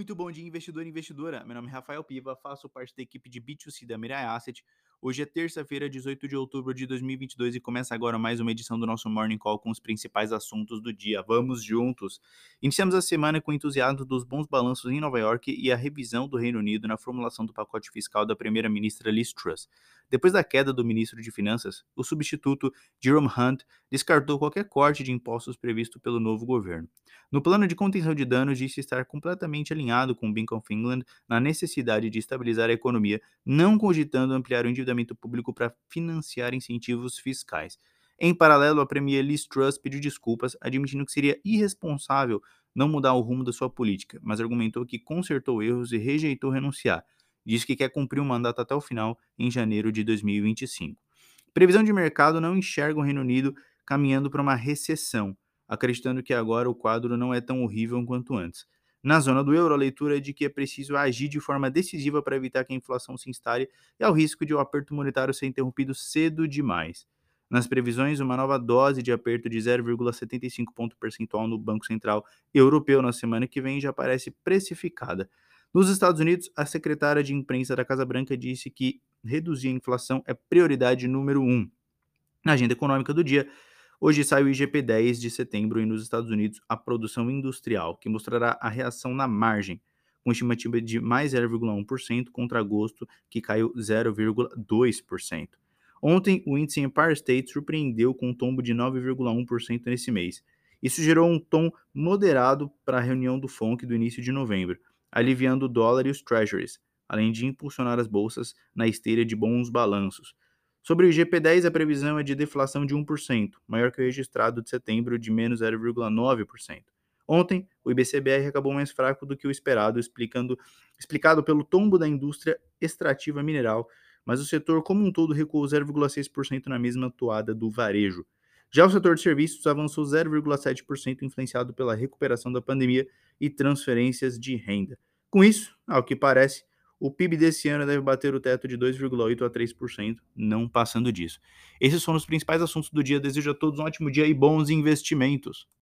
Muito bom dia, investidor e investidora. Meu nome é Rafael Piva, faço parte da equipe de B2C da Mirai Asset. Hoje é terça-feira, 18 de outubro de 2022 e começa agora mais uma edição do nosso Morning Call com os principais assuntos do dia. Vamos juntos! Iniciamos a semana com o entusiasmo dos bons balanços em Nova York e a revisão do Reino Unido na formulação do pacote fiscal da primeira-ministra Liz Truss. Depois da queda do ministro de Finanças, o substituto Jerome Hunt descartou qualquer corte de impostos previsto pelo novo governo. No plano de contenção de danos, disse estar completamente alinhado com o Bank of England na necessidade de estabilizar a economia, não cogitando ampliar o endividamento público para financiar incentivos fiscais. Em paralelo, a premier Liz Truss pediu desculpas, admitindo que seria irresponsável não mudar o rumo da sua política, mas argumentou que consertou erros e rejeitou renunciar. Disse que quer cumprir o mandato até o final, em janeiro de 2025. Previsão de mercado não enxerga o Reino Unido caminhando para uma recessão, acreditando que agora o quadro não é tão horrível quanto antes. Na zona do euro, a leitura é de que é preciso agir de forma decisiva para evitar que a inflação se instale e há o risco de o aperto monetário ser interrompido cedo demais. Nas previsões, uma nova dose de aperto de 0,75 ponto percentual no Banco Central Europeu na semana que vem já parece precificada. Nos Estados Unidos, a secretária de imprensa da Casa Branca disse que reduzir a inflação é prioridade número um. Na agenda econômica do dia, hoje sai o IGP-10 de setembro e nos Estados Unidos a produção industrial, que mostrará a reação na margem, com estimativa de mais 0,1% contra agosto, que caiu 0,2%. Ontem, o índice Empire State surpreendeu com um tombo de 9,1% nesse mês. Isso gerou um tom moderado para a reunião do FONC do início de novembro, aliviando o dólar e os treasuries, além de impulsionar as bolsas na esteira de bons balanços. Sobre o IGP-10, a previsão é de deflação de 1%, maior que o registrado de setembro de menos 0,9%. Ontem, o IBCBR acabou mais fraco do que o esperado, explicado pelo tombo da indústria extrativa mineral, mas o setor como um todo recuou 0,6% na mesma toada do varejo. Já o setor de serviços avançou 0,7%, influenciado pela recuperação da pandemia e transferências de renda. Com isso, ao que parece, o PIB desse ano deve bater o teto de 2,8% a 3%, não passando disso. Esses foram os principais assuntos do dia. Desejo a todos um ótimo dia e bons investimentos.